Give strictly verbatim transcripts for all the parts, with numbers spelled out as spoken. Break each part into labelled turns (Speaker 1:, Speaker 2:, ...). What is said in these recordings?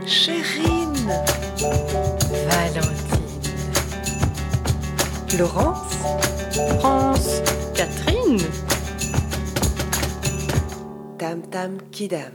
Speaker 1: Chérine, Valentine, Laurence, France, Catherine, Tam Tam Kidam.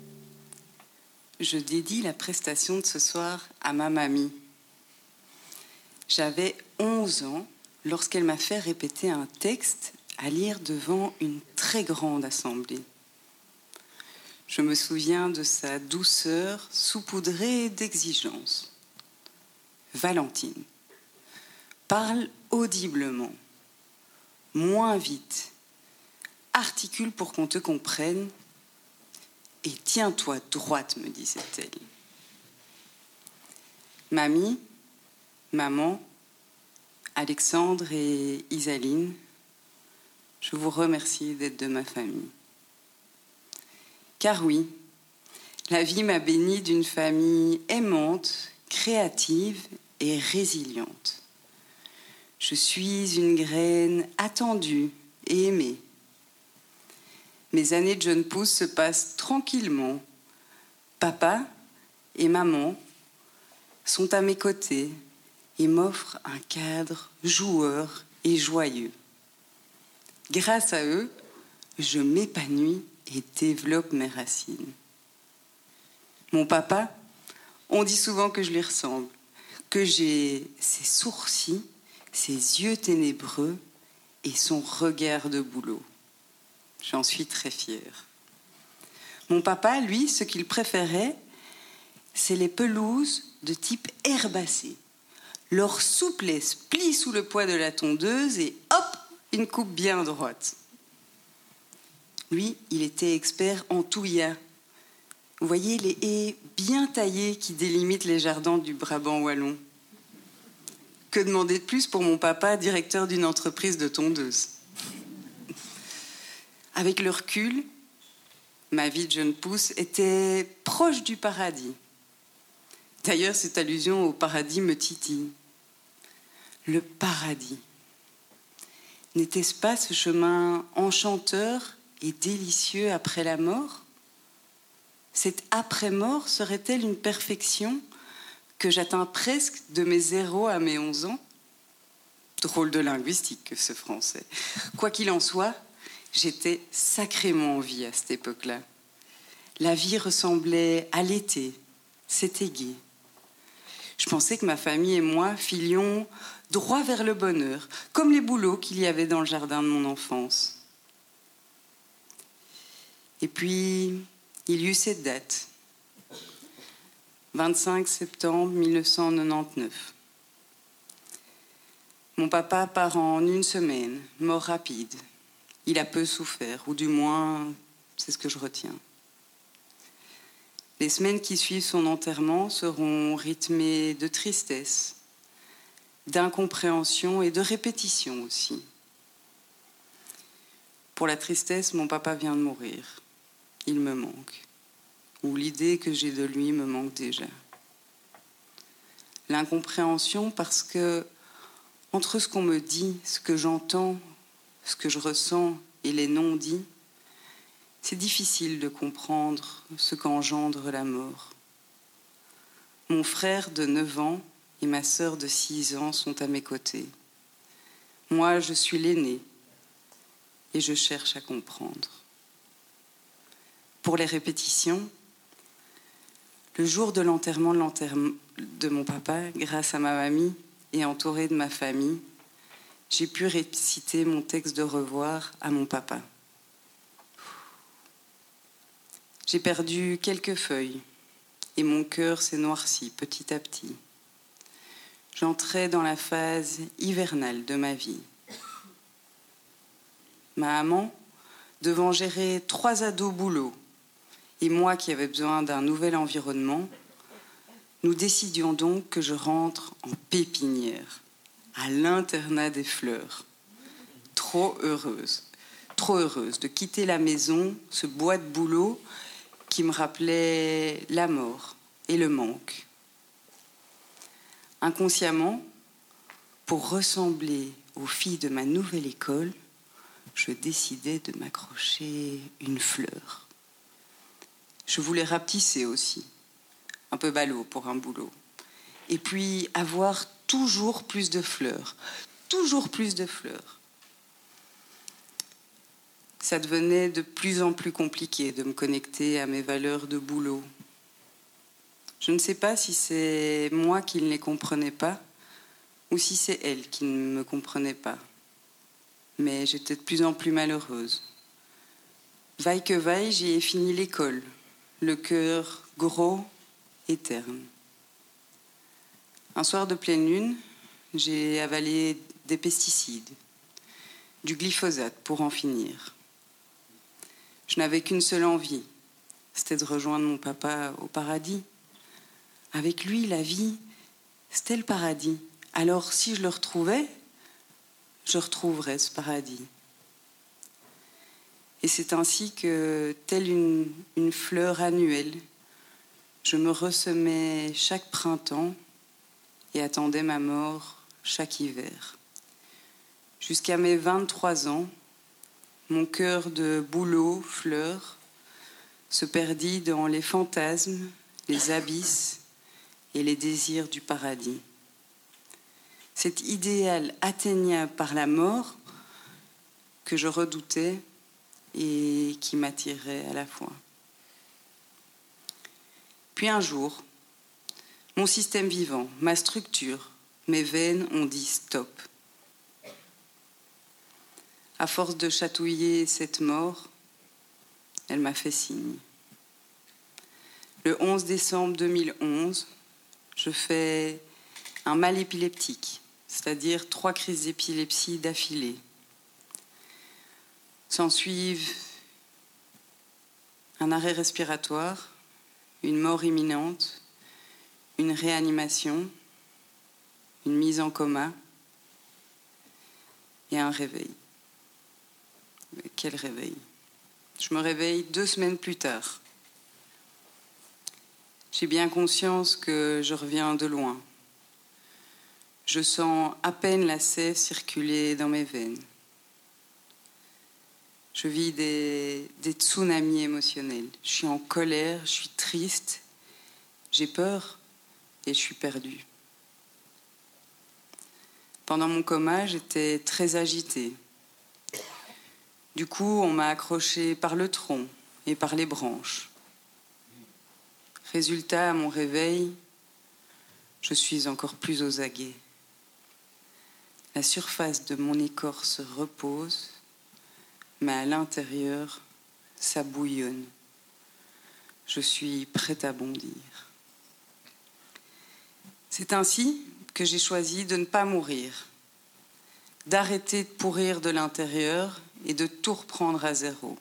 Speaker 2: Je dédie la prestation de ce soir à ma mamie. J'avais onze ans lorsqu'elle m'a fait répéter un texte à lire devant une très grande assemblée. Je me souviens de sa douceur saupoudrée d'exigence. Valentine, parle audiblement, moins vite, articule pour qu'on te comprenne et tiens-toi droite, me disait-elle. Mamie, maman, Alexandre et Isaline, je vous remercie d'être de ma famille. Car oui, la vie m'a bénie d'une famille aimante, créative et résiliente. Je suis une graine attendue et aimée. Mes années de jeune pousse se passent tranquillement. Papa et maman sont à mes côtés et m'offrent un cadre joueur et joyeux. Grâce à eux, je m'épanouis et développe mes racines. Mon papa, on dit souvent que je lui ressemble, que j'ai ses sourcils, ses yeux ténébreux et son regard de boulot. J'en suis très fière. Mon papa, lui, ce qu'il préférait, c'est les pelouses de type herbacé. Leur souplesse plie sous le poids de la tondeuse et hop, une coupe bien droite. Lui, il était expert en touillas. Vous voyez les haies bien taillées qui délimitent les jardins du Brabant wallon. Que demander de plus pour mon papa, directeur d'une entreprise de tondeuses? Avec le recul, ma vie de jeune pousse était proche du paradis. D'ailleurs, cette allusion au paradis me titille. Le paradis. N'était-ce pas ce chemin enchanteur et délicieux après la mort? Cette après-mort serait-elle une perfection que j'atteins presque de mes zéro à mes onze ans? Drôle de linguistique que ce français. Quoi qu'il en soit, j'étais sacrément en vie à cette époque-là. La vie ressemblait à l'été, c'était gai. Je pensais que ma famille et moi filions droit vers le bonheur, comme les bouleaux qu'il y avait dans le jardin de mon enfance. Et puis, il y eut cette date, vingt-cinq septembre mille neuf cent quatre-vingt-dix-neuf. Mon papa part en une semaine, mort rapide. Il a peu souffert, ou du moins, c'est ce que je retiens. Les semaines qui suivent son enterrement seront rythmées de tristesse, d'incompréhension et de répétition aussi. Pour la tristesse, mon papa vient de mourir. Il me manque. Ou l'idée que j'ai de lui me manque déjà. L'incompréhension parce que, entre ce qu'on me dit, ce que j'entends, ce que je ressens et les non-dits, c'est difficile de comprendre ce qu'engendre la mort. Mon frère de neuf ans et ma sœur de six ans sont à mes côtés. Moi, je suis l'aînée et je cherche à comprendre. Pour les répétitions, le jour de l'enterrement de, l'enterrement de mon papa, grâce à ma mamie et entourée de ma famille, j'ai pu réciter mon texte de revoir à mon papa. J'ai perdu quelques feuilles et mon cœur s'est noirci petit à petit. J'entrais dans la phase hivernale de ma vie. Ma maman, devant gérer trois ados boulots, et moi qui avais besoin d'un nouvel environnement, nous décidions donc que je rentre en pépinière, à l'internat des fleurs. Trop heureuse, trop heureuse de quitter la maison, ce bois de boulot qui me rappelait la mort et le manque. Inconsciemment, pour ressembler aux filles de ma nouvelle école, je décidais de m'accrocher une fleur. Je voulais rapetisser aussi, un peu ballot pour un boulot. Et puis avoir toujours plus de fleurs, toujours plus de fleurs. Ça devenait de plus en plus compliqué de me connecter à mes valeurs de boulot. Je ne sais pas si c'est moi qui ne les comprenais pas ou si c'est elle qui ne me comprenait pas. Mais j'étais de plus en plus malheureuse. Vaille que vaille, j'y ai fini l'école, le cœur gros et terne. Un soir de pleine lune, j'ai avalé des pesticides, du glyphosate pour en finir. Je n'avais qu'une seule envie, c'était de rejoindre mon papa au paradis. Avec lui, la vie, c'était le paradis. Alors, si je le retrouvais, je retrouverais ce paradis. Et c'est ainsi que, telle une, une fleur annuelle, je me ressemais chaque printemps et attendais ma mort chaque hiver. Jusqu'à mes vingt-trois ans, mon cœur de bouleau, fleur, se perdit dans les fantasmes, les abysses et les désirs du paradis. Cet idéal atteignable par la mort que je redoutais et qui m'attirait à la fois. Puis un jour, mon système vivant, ma structure, mes veines ont dit stop. À force de chatouiller cette mort, elle m'a fait signe. Le onze décembre deux mille onze, je fais un mal épileptique, c'est-à-dire trois crises d'épilepsie d'affilée. S'ensuivent un arrêt respiratoire, une mort imminente, une réanimation, une mise en coma et un réveil. Mais quel réveil! Je me réveille deux semaines plus tard. J'ai bien conscience que je reviens de loin. Je sens à peine la sève circuler dans mes veines. Je vis des, des tsunamis émotionnels. Je suis en colère, je suis triste, j'ai peur et je suis perdue. Pendant mon coma, j'étais très agitée. Du coup, on m'a accrochée par le tronc et par les branches. Résultat, à mon réveil, je suis encore plus aux aguets. La surface de mon écorce repose, mais à l'intérieur, ça bouillonne. Je suis prête à bondir. C'est ainsi que j'ai choisi de ne pas mourir, d'arrêter de pourrir de l'intérieur et de tout reprendre à zéro.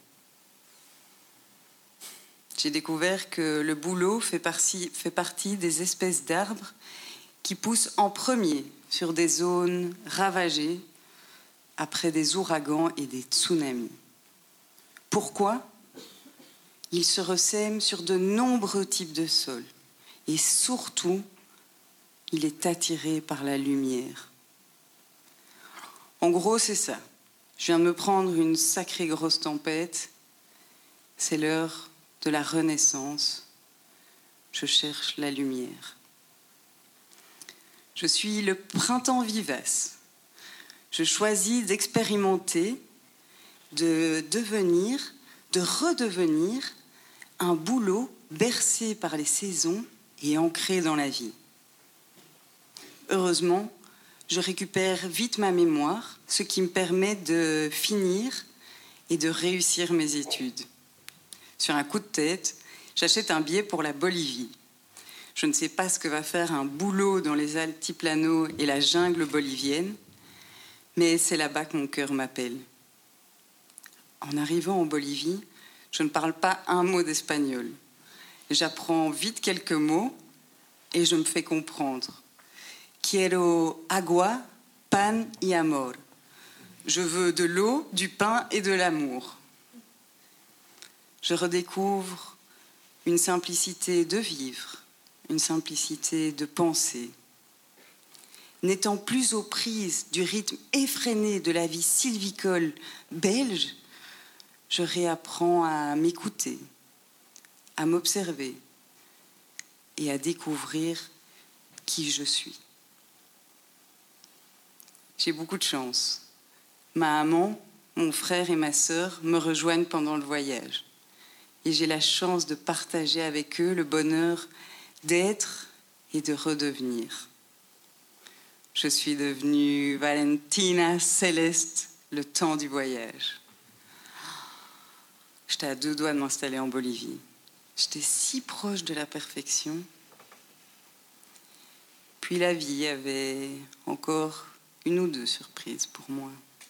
Speaker 2: J'ai découvert que le bouleau fait partie, fait partie des espèces d'arbres qui poussent en premier sur des zones ravagées après des ouragans et des tsunamis. Pourquoi ? Il se ressème sur de nombreux types de sols et surtout, il est attiré par la lumière. En gros, c'est ça. Je viens de me prendre une sacrée grosse tempête. C'est l'heure de la renaissance. Je cherche la lumière. Je suis le printemps vivace. Je choisis d'expérimenter, de devenir, de redevenir un bouleau bercé par les saisons et ancré dans la vie. Heureusement, je récupère vite ma mémoire, ce qui me permet de finir et de réussir mes études. Sur un coup de tête, j'achète un billet pour la Bolivie. Je ne sais pas ce que va faire un boulot dans les altiplanos et la jungle bolivienne, mais c'est là-bas que mon cœur m'appelle. En arrivant en Bolivie, je ne parle pas un mot d'espagnol. J'apprends vite quelques mots et je me fais comprendre. Quiero agua, pan y amor. Je veux de l'eau, du pain et de l'amour. Je redécouvre une simplicité de vivre, une simplicité de penser. N'étant plus aux prises du rythme effréné de la vie sylvicole belge, je réapprends à m'écouter, à m'observer et à découvrir qui je suis. J'ai beaucoup de chance. Ma maman, mon frère et ma sœur me rejoignent pendant le voyage. Et j'ai la chance de partager avec eux le bonheur d'être et de redevenir. Je suis devenue Valentina Céleste le temps du voyage. J'étais à deux doigts de m'installer en Bolivie. J'étais si proche de la perfection. Puis la vie avait encore une ou deux surprises pour moi.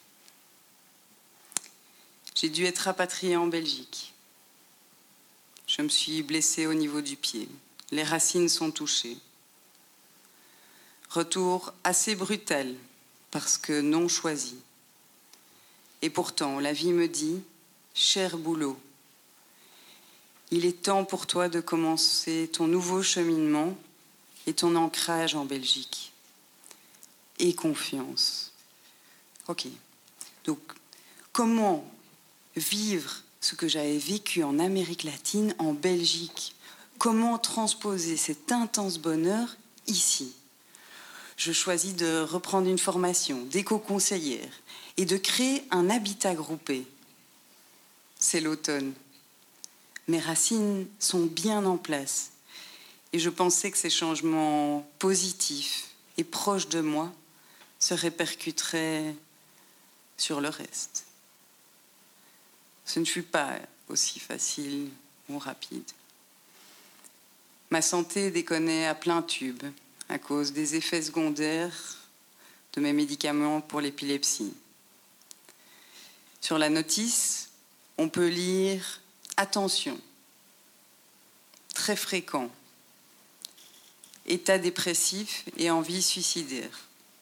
Speaker 2: J'ai dû être rapatriée en Belgique. Je me suis blessée au niveau du pied. Les racines sont touchées. Retour assez brutal, parce que non choisi. Et pourtant, la vie me dit, cher boulot, il est temps pour toi de commencer ton nouveau cheminement et ton ancrage en Belgique. Et confiance. Ok. Donc, comment vivre ce que j'avais vécu en Amérique latine, en Belgique? Comment transposer cet intense bonheur ici? Je choisis de reprendre une formation d'éco-conseillère et de créer un habitat groupé. C'est l'automne. Mes racines sont bien en place et je pensais que ces changements positifs et proches de moi se répercuteraient sur le reste. Ce ne fut pas aussi facile ou rapide. Ma santé déconnait à plein tube à cause des effets secondaires de mes médicaments pour l'épilepsie. Sur la notice, on peut lire « Attention, très fréquent, état dépressif et envie suicidaire ».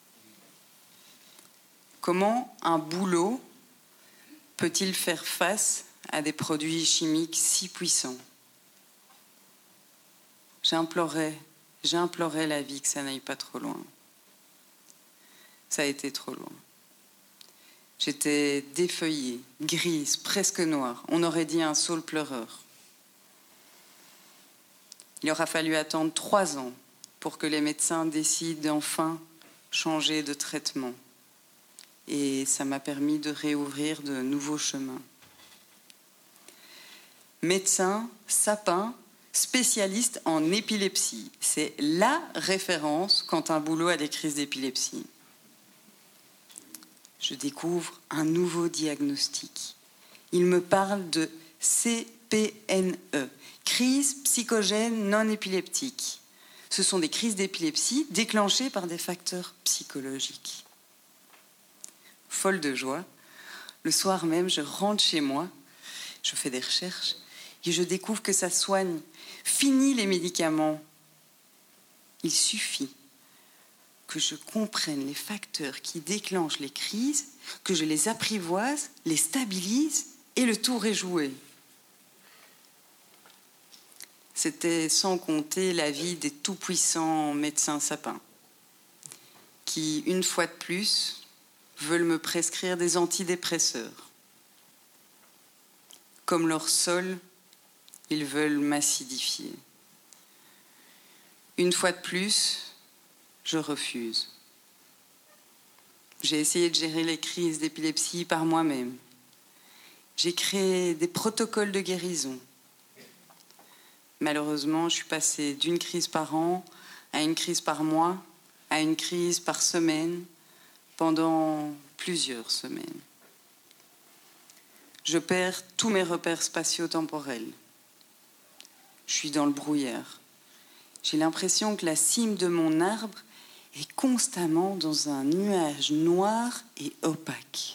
Speaker 2: Comment un boulot peut-il faire face à des produits chimiques si puissants? J'implorais, j'implorais la vie que ça n'aille pas trop loin. Ça a été trop loin. J'étais défeuillée, grise, presque noire. On aurait dit un saule pleureur. Il aura fallu attendre trois ans pour que les médecins décident d'enfin changer de traitement. Et ça m'a permis de réouvrir de nouveaux chemins. Médecin, sapin, spécialiste en épilepsie. C'est la référence quand un boulot a des crises d'épilepsie. Je découvre un nouveau diagnostic. Il me parle de C P N E, crise psychogène non épileptique. Ce sont des crises d'épilepsie déclenchées par des facteurs psychologiques. Folle de joie, le soir même, je rentre chez moi, je fais des recherches et je découvre que ça soigne. Fini les médicaments. Il suffit que je comprenne les facteurs qui déclenchent les crises, que je les apprivoise, les stabilise et le tour est joué. C'était sans compter l'avis des tout-puissants médecins sapins qui, une fois de plus, veulent me prescrire des antidépresseurs. Comme leur sol, ils veulent m'acidifier. Une fois de plus, je refuse. J'ai essayé de gérer les crises d'épilepsie par moi-même. J'ai créé des protocoles de guérison. Malheureusement, je suis passée d'une crise par an à une crise par mois, à une crise par semaine, pendant plusieurs semaines. Je perds tous mes repères spatio-temporels. Je suis dans le brouillard. J'ai l'impression que la cime de mon arbre est constamment dans un nuage noir et opaque.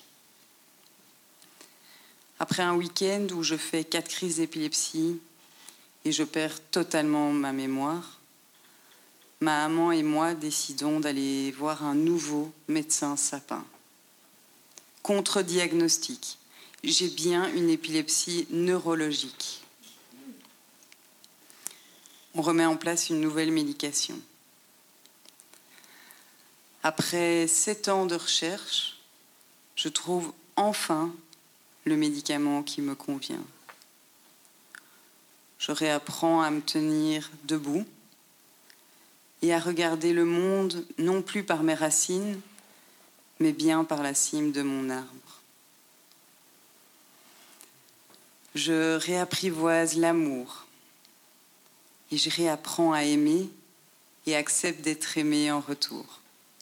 Speaker 2: Après un week-end où je fais quatre crises d'épilepsie et je perds totalement ma mémoire, ma maman et moi décidons d'aller voir un nouveau médecin sapin. Contre-diagnostic. J'ai bien une épilepsie neurologique. On remet en place une nouvelle médication. Après sept ans de recherche, je trouve enfin le médicament qui me convient. Je réapprends à me tenir debout, et à regarder le monde non plus par mes racines, mais bien par la cime de mon arbre. Je réapprivoise l'amour et je réapprends à aimer et accepte d'être aimé en retour.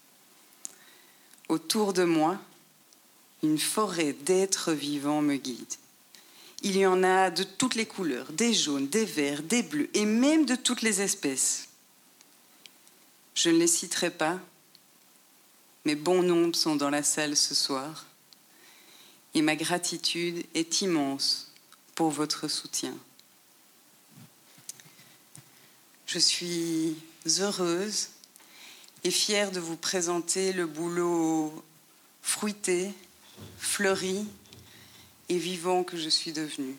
Speaker 2: Autour de moi, une forêt d'êtres vivants me guide. Il y en a de toutes les couleurs, des jaunes, des verts, des bleus et même de toutes les espèces. Je ne les citerai pas, mais bon nombre sont dans la salle ce soir et ma gratitude est immense pour votre soutien. Je suis heureuse et fière de vous présenter le boulot fruité, fleuri et vivant que je suis devenue.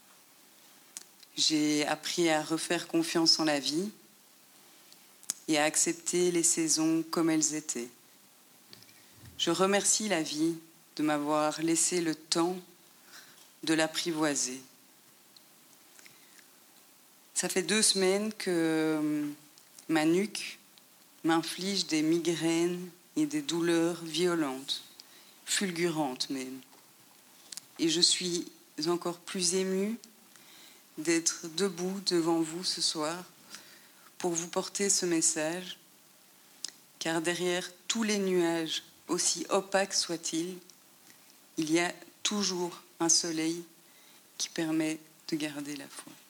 Speaker 2: J'ai appris à refaire confiance en la vie et à accepter les saisons comme elles étaient. Je remercie la vie de m'avoir laissé le temps de l'apprivoiser. Ça fait deux semaines que ma nuque m'inflige des migraines et des douleurs violentes, fulgurantes même. Et je suis encore plus émue d'être debout devant vous ce soir pour vous porter ce message, car derrière tous les nuages, aussi opaques soient-ils, il y a toujours un soleil qui permet de garder la foi.